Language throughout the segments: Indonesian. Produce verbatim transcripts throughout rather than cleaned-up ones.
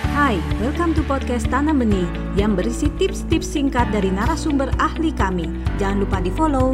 Hai, welcome to podcast Tanam Benih yang berisi tips-tips singkat dari narasumber ahli kami. Jangan lupa di-follow.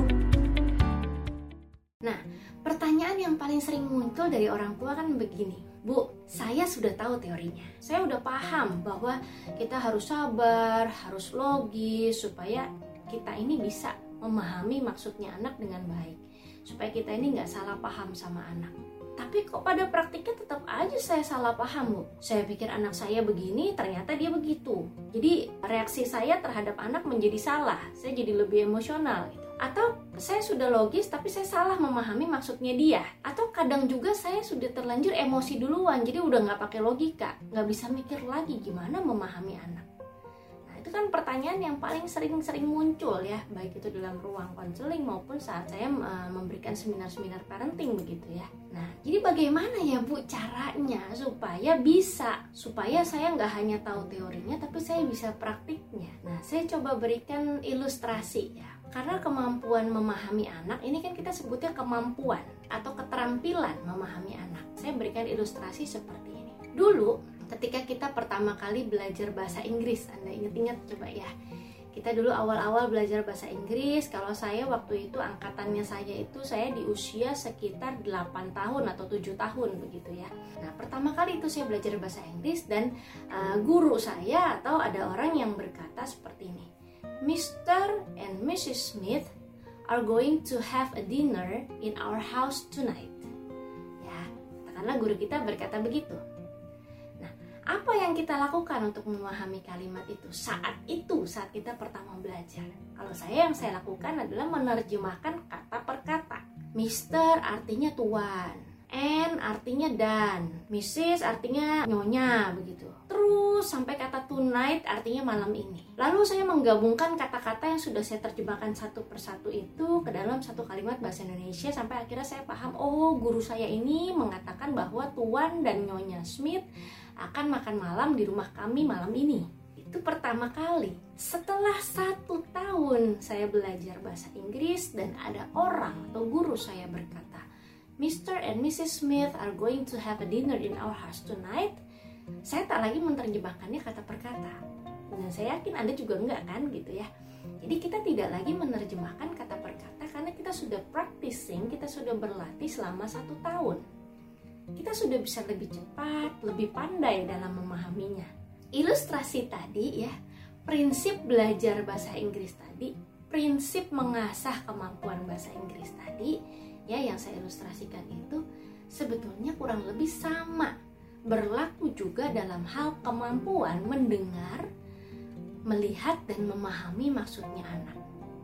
Nah, pertanyaan yang paling sering muncul dari orang tua kan begini, Bu, saya sudah tahu teorinya. Saya udah paham bahwa kita harus sabar, harus logis, supaya kita ini bisa memahami maksudnya anak dengan baik. Supaya kita ini nggak salah paham sama anak. Tapi kok pada praktiknya tetap aja saya salah paham, Bu. Saya pikir anak saya begini, ternyata dia begitu. Jadi reaksi saya terhadap anak menjadi salah. Saya jadi lebih emosional gitu. Atau saya sudah logis tapi saya salah memahami maksudnya dia. Atau kadang juga saya sudah terlanjur emosi duluan, jadi udah nggak pakai logika, nggak bisa mikir lagi gimana memahami anak. Itu kan pertanyaan yang paling sering-sering muncul ya, baik itu dalam ruang konseling maupun saat saya uh, memberikan seminar-seminar parenting begitu ya. Nah, jadi bagaimana ya Bu caranya supaya bisa, supaya saya nggak hanya tahu teorinya tapi saya bisa praktiknya. Nah, saya coba berikan ilustrasi ya. Karena kemampuan memahami anak ini kan kita sebutnya kemampuan atau keterampilan memahami anak. Saya berikan ilustrasi seperti ini. Dulu ketika kita pertama kali belajar bahasa Inggris, Anda ingat-ingat coba ya. Kita dulu awal-awal belajar bahasa Inggris, kalau saya waktu itu angkatannya saya itu saya di usia sekitar delapan tahun atau tujuh tahun begitu ya. Nah, pertama kali itu saya belajar bahasa Inggris dan uh, guru saya atau ada orang yang berkata seperti ini. Mister and Missus Smith are going to have a dinner in our house tonight. Ya, katakanlah guru kita berkata begitu. Apa yang kita lakukan untuk memahami kalimat itu saat itu, saat kita pertama belajar? Kalau saya, yang saya lakukan adalah menerjemahkan kata per kata. Mister artinya tuan, and artinya dan, Missus artinya nyonya begitu. Terus sampai kata tonight artinya malam ini. Lalu saya menggabungkan kata-kata yang sudah saya terjemahkan satu persatu itu ke dalam satu kalimat bahasa Indonesia sampai akhirnya saya paham, oh guru saya ini mengatakan bahwa tuan dan nyonya Smith akan makan malam di rumah kami malam ini. Itu pertama kali. Setelah satu tahun saya belajar bahasa Inggris dan ada orang atau guru saya berkata, Mister and Missus Smith are going to have a dinner in our house tonight. Saya tak lagi menerjemahkannya kata per kata. Dan saya yakin Anda juga enggak kan gitu ya. Jadi kita tidak lagi menerjemahkan kata per kata karena kita sudah practicing, kita sudah berlatih selama satu tahun. Kita sudah bisa lebih cepat, lebih pandai dalam memahaminya. Ilustrasi tadi ya, prinsip belajar bahasa Inggris tadi, prinsip mengasah kemampuan bahasa Inggris tadi, ya yang saya ilustrasikan itu sebetulnya kurang lebih sama. Berlaku juga dalam hal kemampuan mendengar, melihat dan memahami maksudnya anak.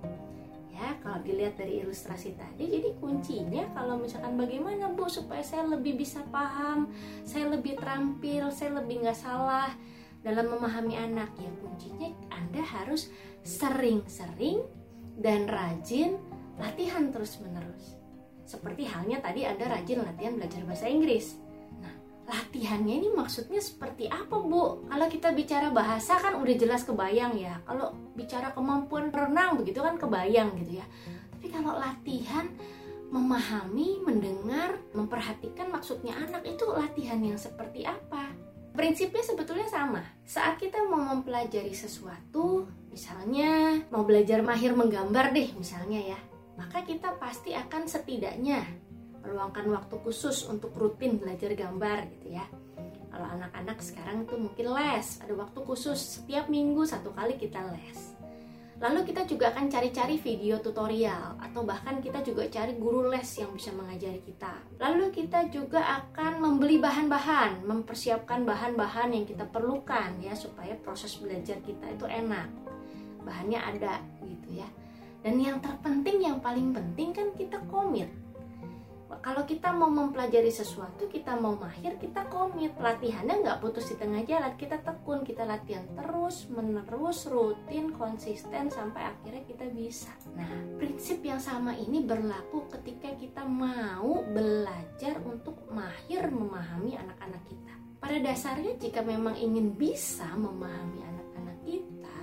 Ya, kalau dilihat dari ilustrasi tadi, jadi kuncinya kalau misalkan bagaimana Bu supaya saya lebih bisa paham, saya lebih terampil, saya lebih nggak salah dalam memahami anak, ya kuncinya Anda harus sering-sering dan rajin latihan terus-menerus. Seperti halnya tadi Anda rajin latihan belajar bahasa Inggris. Nah, latihannya ini maksudnya seperti apa Bu? Kalau kita bicara bahasa kan udah jelas kebayang ya. Kalau bicara kemampuan renang begitu kan kebayang gitu ya. Tapi kalau latihan memahami, mendengar, memperhatikan maksudnya anak itu latihan yang seperti apa? Prinsipnya sebetulnya sama. Saat kita mau mempelajari sesuatu, misalnya mau belajar mahir menggambar deh misalnya ya, maka kita pasti akan setidaknya meluangkan waktu khusus untuk rutin belajar gambar gitu ya. Kalau anak-anak sekarang tuh mungkin les, ada waktu khusus setiap minggu satu kali kita les. Lalu kita juga akan cari-cari video tutorial atau bahkan kita juga cari guru les yang bisa mengajari kita. Lalu kita juga akan membeli bahan-bahan, mempersiapkan bahan-bahan yang kita perlukan ya supaya proses belajar kita itu enak. Bahannya ada gitu ya. Dan yang terpenting, yang paling penting kan kita komit. Kalau kita mau mempelajari sesuatu, kita mau mahir, kita komit. Latihannya nggak putus di tengah jalan, kita tekun, kita latihan terus, menerus, rutin, konsisten, sampai akhirnya kita bisa. Nah, prinsip yang sama ini berlaku ketika kita mau belajar untuk mahir memahami anak-anak kita. Pada dasarnya, jika memang ingin bisa memahami anak-anak kita,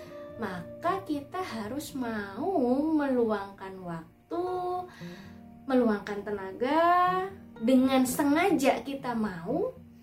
maka kita harus mau meluangkan waktu, meluangkan tenaga, dengan sengaja kita mau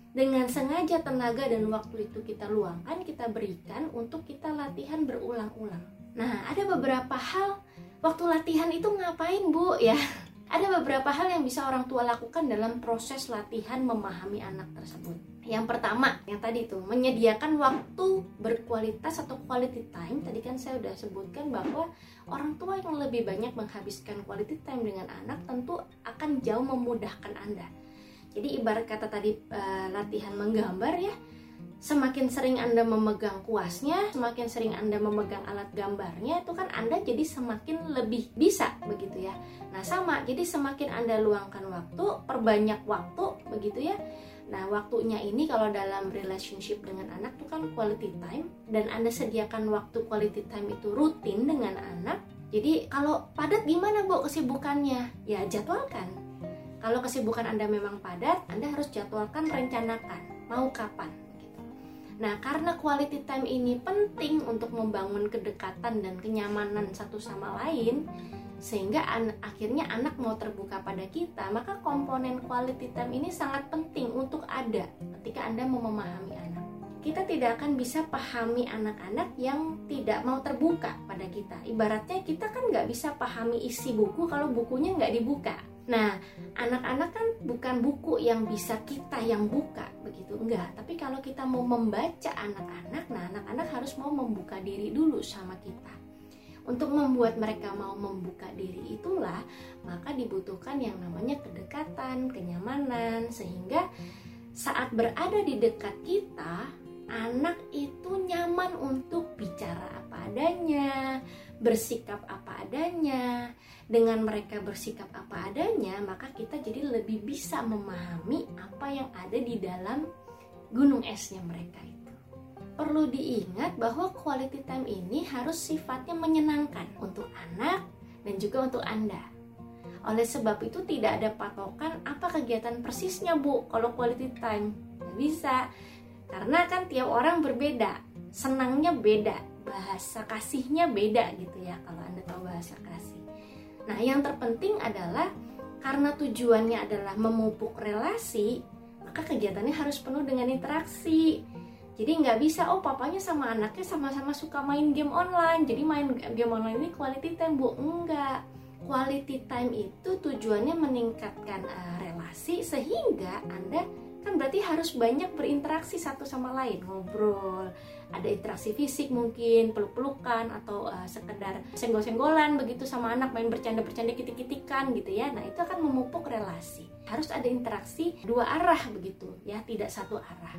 dengan sengaja tenaga dan waktu itu kita luangkan, kita berikan untuk kita latihan berulang-ulang. Nah, ada beberapa hal waktu latihan itu ngapain, Bu, ya? Ada beberapa hal yang bisa orang tua lakukan dalam proses latihan memahami anak tersebut. Yang pertama, yang tadi tuh, menyediakan waktu berkualitas atau quality time. Tadi kan saya udah sebutkan bahwa orang tua yang lebih banyak menghabiskan quality time dengan anak tentu akan jauh memudahkan Anda. Jadi ibarat kata tadi e, latihan menggambar ya, semakin sering Anda memegang kuasnya, semakin sering Anda memegang alat gambarnya, itu kan Anda jadi semakin lebih bisa begitu ya. Nah sama, jadi semakin Anda luangkan waktu, perbanyak waktu begitu ya. Nah waktunya ini kalau dalam relationship dengan anak itu kan quality time, dan Anda sediakan waktu quality time itu rutin dengan anak. Jadi kalau padat gimana, Bu, kesibukannya? Ya jadwalkan. Kalau kesibukan Anda memang padat, Anda harus jadwalkan, rencanakan mau kapan gitu. Nah, karena quality time ini penting untuk membangun kedekatan dan kenyamanan satu sama lain, sehingga an- akhirnya anak mau terbuka pada kita, maka komponen quality time ini sangat penting untuk ada ketika Anda mau memahami anak. Kita tidak akan bisa pahami anak-anak yang tidak mau terbuka pada kita. Ibaratnya kita kan nggak bisa pahami isi buku kalau bukunya nggak dibuka. Nah, anak-anak kan bukan buku yang bisa kita yang buka, begitu, enggak. Tapi kalau kita mau membaca anak-anak, nah anak-anak harus mau membuka diri dulu sama kita. Untuk membuat mereka mau membuka diri itulah, maka dibutuhkan yang namanya kedekatan, kenyamanan, sehingga saat berada di dekat kita, anak itu nyaman untuk bicara apa adanya, bersikap apa adanya. Dengan mereka bersikap apa adanya, maka kita jadi lebih bisa memahami apa yang ada di dalam gunung esnya mereka itu. Perlu diingat bahwa quality time ini harus sifatnya menyenangkan untuk anak dan juga untuk Anda. Oleh sebab itu tidak ada patokan apa kegiatan persisnya, Bu, kalau quality time. Nggak bisa, karena kan tiap orang berbeda, senangnya beda, bahasa kasihnya beda gitu ya, kalau Anda tahu bahasa kasih. Nah, yang terpenting adalah karena tujuannya adalah memupuk relasi, maka kegiatannya harus penuh dengan interaksi. Jadi nggak bisa, oh papanya sama anaknya sama-sama suka main game online, jadi main game online ini quality time, Bu. Enggak. Quality time itu tujuannya meningkatkan uh, relasi, sehingga Anda kan berarti harus banyak berinteraksi satu sama lain, ngobrol, ada interaksi fisik mungkin, peluk-pelukan atau uh, sekedar senggol-senggolan begitu sama anak, main bercanda-bercanda kitik-kitikan gitu ya. Nah, itu akan memupuk relasi. Harus ada interaksi dua arah begitu ya, tidak satu arah.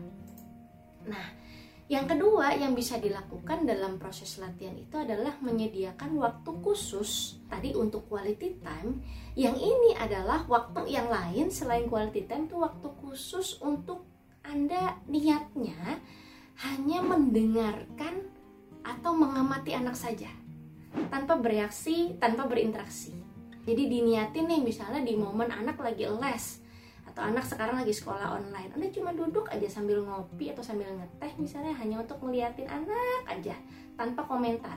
Nah, yang kedua yang bisa dilakukan dalam proses latihan itu adalah menyediakan waktu khusus tadi untuk quality time. Yang ini adalah waktu yang lain selain quality time, itu waktu khusus untuk Anda niatnya hanya mendengarkan atau mengamati anak saja, tanpa bereaksi, tanpa berinteraksi. Jadi diniatin nih, misalnya di momen anak lagi les, atau anak sekarang lagi sekolah online, Anda cuma duduk aja sambil ngopi atau sambil ngeteh misalnya, hanya untuk ngeliatin anak aja, tanpa komentar.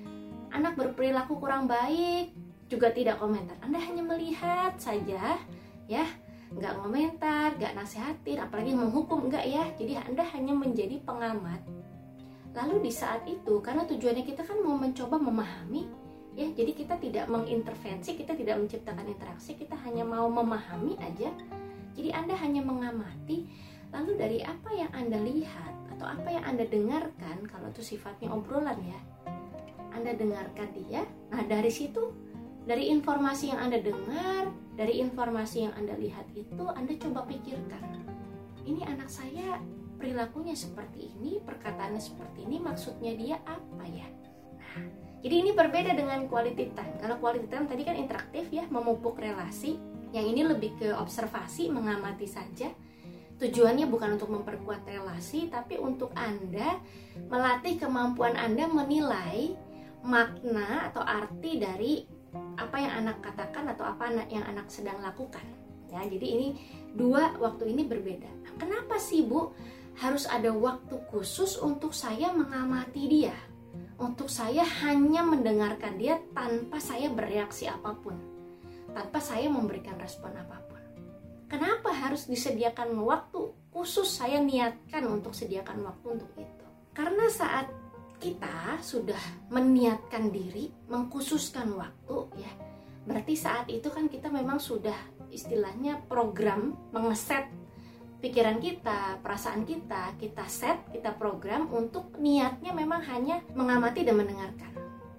Anak berperilaku kurang baik, juga tidak komentar, Anda hanya melihat saja ya, nggak komentar, nggak nasehatin, apalagi menghukum, nggak ya. Jadi Anda hanya menjadi pengamat. Lalu di saat itu, karena tujuannya kita kan mau mencoba memahami ya, jadi kita tidak mengintervensi, kita tidak menciptakan interaksi, kita hanya mau memahami aja. Jadi Anda hanya mengamati, lalu dari apa yang Anda lihat atau apa yang Anda dengarkan, kalau itu sifatnya obrolan ya, Anda dengarkan dia. Nah dari situ, dari informasi yang Anda dengar, dari informasi yang Anda lihat itu, Anda coba pikirkan, ini anak saya perilakunya seperti ini, perkataannya seperti ini, maksudnya dia apa ya? Nah, jadi ini berbeda dengan quality time. Kalau quality time tadi kan interaktif ya, memupuk relasi. Yang ini lebih ke observasi, mengamati saja. Tujuannya bukan untuk memperkuat relasi, tapi untuk Anda melatih kemampuan Anda menilai makna atau arti dari apa yang anak katakan atau apa yang anak sedang lakukan. Ya, jadi ini dua waktu ini berbeda. Nah, kenapa sih, Bu, harus ada waktu khusus untuk saya mengamati dia? Untuk saya hanya mendengarkan dia tanpa saya bereaksi apapun, tanpa saya memberikan respon apapun. Kenapa harus disediakan waktu khusus saya niatkan untuk sediakan waktu untuk itu. Karena saat kita sudah meniatkan diri, mengkhususkan waktu ya, berarti saat itu kan kita memang sudah istilahnya program, mengeset pikiran kita, perasaan kita, kita set, kita program untuk niatnya memang hanya mengamati dan mendengarkan.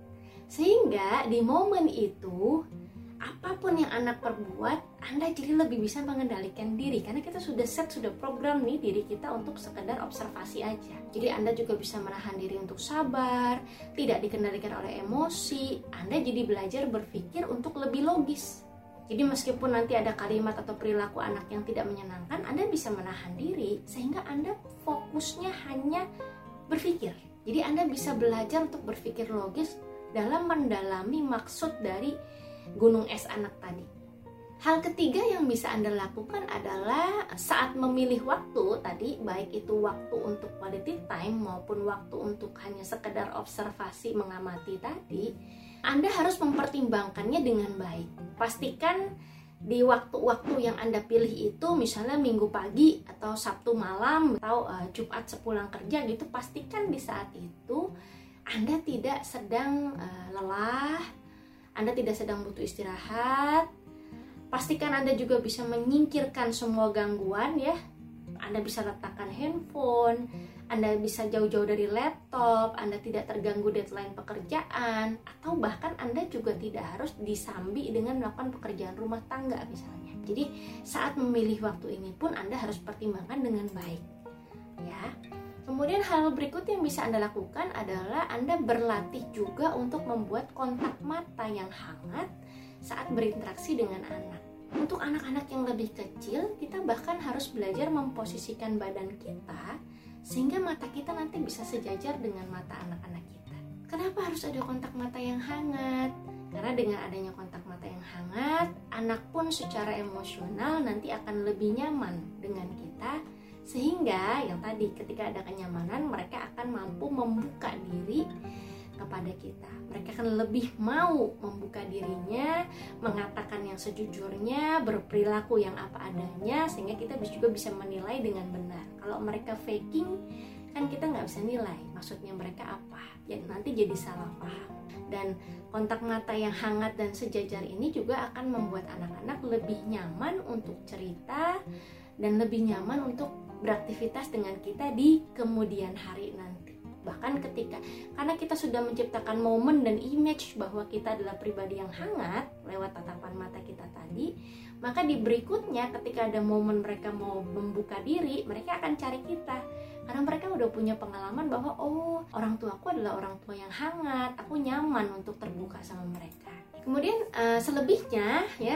Sehingga di momen itu, apapun yang anak perbuat, Anda jadi lebih bisa mengendalikan diri. Karena kita sudah set, sudah program nih diri kita untuk sekedar observasi aja. Jadi Anda juga bisa menahan diri untuk sabar, tidak dikendalikan oleh emosi. Anda jadi belajar berpikir untuk lebih logis. Jadi meskipun nanti ada kalimat atau perilaku anak yang tidak menyenangkan, Anda bisa menahan diri sehingga Anda fokusnya hanya berpikir. Jadi Anda bisa belajar untuk berpikir logis dalam mendalami maksud dari gunung es anak tadi. Hal ketiga yang bisa Anda lakukan adalah saat memilih waktu tadi, baik itu waktu untuk quality time maupun waktu untuk hanya sekedar observasi mengamati tadi, Anda harus mempertimbangkannya dengan baik. Pastikan di waktu-waktu yang Anda pilih itu, misalnya Minggu pagi atau Sabtu malam atau uh, Jumat sepulang kerja gitu, pastikan di saat itu Anda tidak sedang uh, lelah, Anda tidak sedang butuh istirahat. Pastikan Anda juga bisa menyingkirkan semua gangguan ya. Anda bisa letakkan handphone, Anda bisa jauh-jauh dari laptop, Anda tidak terganggu deadline pekerjaan, atau bahkan Anda juga tidak harus disambi dengan melakukan pekerjaan rumah tangga misalnya. Jadi saat memilih waktu ini pun Anda harus pertimbangkan dengan baik ya. Kemudian hal berikut yang bisa Anda lakukan adalah Anda berlatih juga untuk membuat kontak mata yang hangat saat berinteraksi dengan anak. Untuk anak-anak yang lebih kecil, kita bahkan harus belajar memposisikan badan kita sehingga mata kita nanti bisa sejajar dengan mata anak-anak kita. Kenapa harus ada kontak mata yang hangat? Karena dengan adanya kontak mata yang hangat, anak pun secara emosional nanti akan lebih nyaman dengan kita, sehingga yang tadi ketika ada kenyamanan mereka akan mampu membuka diri kepada kita. Mereka akan lebih mau membuka dirinya, mengatakan yang sejujurnya, berperilaku yang apa adanya, sehingga kita juga bisa menilai dengan benar. Kalau mereka faking, kan kita nggak bisa nilai maksudnya mereka apa, ya nanti jadi salah paham. Dan kontak mata yang hangat dan sejajar ini juga akan membuat anak-anak lebih nyaman untuk cerita dan lebih nyaman untuk beraktivitas dengan kita di kemudian hari nanti. Bahkan ketika, karena kita sudah menciptakan momen dan image bahwa kita adalah pribadi yang hangat lewat tatapan mata kita tadi, maka di berikutnya ketika ada momen mereka mau membuka diri, mereka akan cari kita. Karena mereka udah punya pengalaman bahwa oh, orang tuaku adalah orang tua yang hangat, aku nyaman untuk terbuka sama mereka. Kemudian uh, selebihnya ya,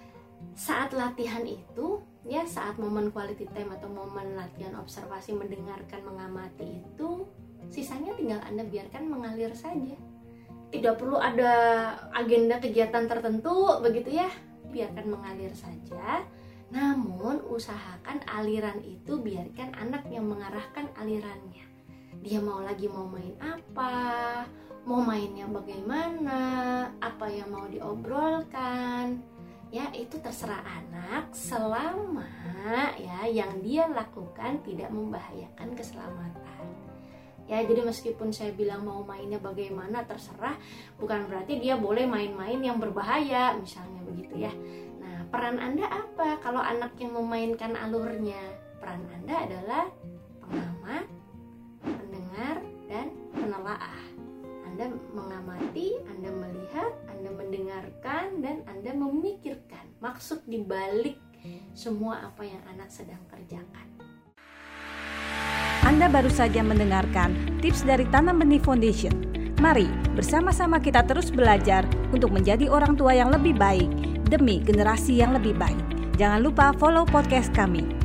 saat latihan itu ya, saat momen quality time atau momen latihan observasi, mendengarkan, mengamati itu, sisanya tinggal Anda biarkan mengalir saja. Tidak perlu ada agenda kegiatan tertentu begitu ya, biarkan mengalir saja. Namun usahakan aliran itu biarkan anak yang mengarahkan alirannya. Dia mau lagi mau main apa, mau mainnya bagaimana, apa yang mau diobrolkan, ya itu terserah anak selama ya yang dia lakukan tidak membahayakan keselamatan. Ya, jadi meskipun saya bilang mau mainnya bagaimana terserah, bukan berarti dia boleh main-main yang berbahaya, misalnya begitu ya. Nah, peran Anda apa kalau anak yang memainkan alurnya? Peran Anda adalah pengamat, pendengar, dan penelaah. Anda mengamati, Anda melihat, Anda mendengarkan, dan Anda memikirkan maksud dibalik semua apa yang anak sedang kerjakan. Anda baru saja mendengarkan tips dari Tanam Benih Foundation. Mari bersama-sama kita terus belajar untuk menjadi orang tua yang lebih baik demi generasi yang lebih baik. Jangan lupa follow podcast kami.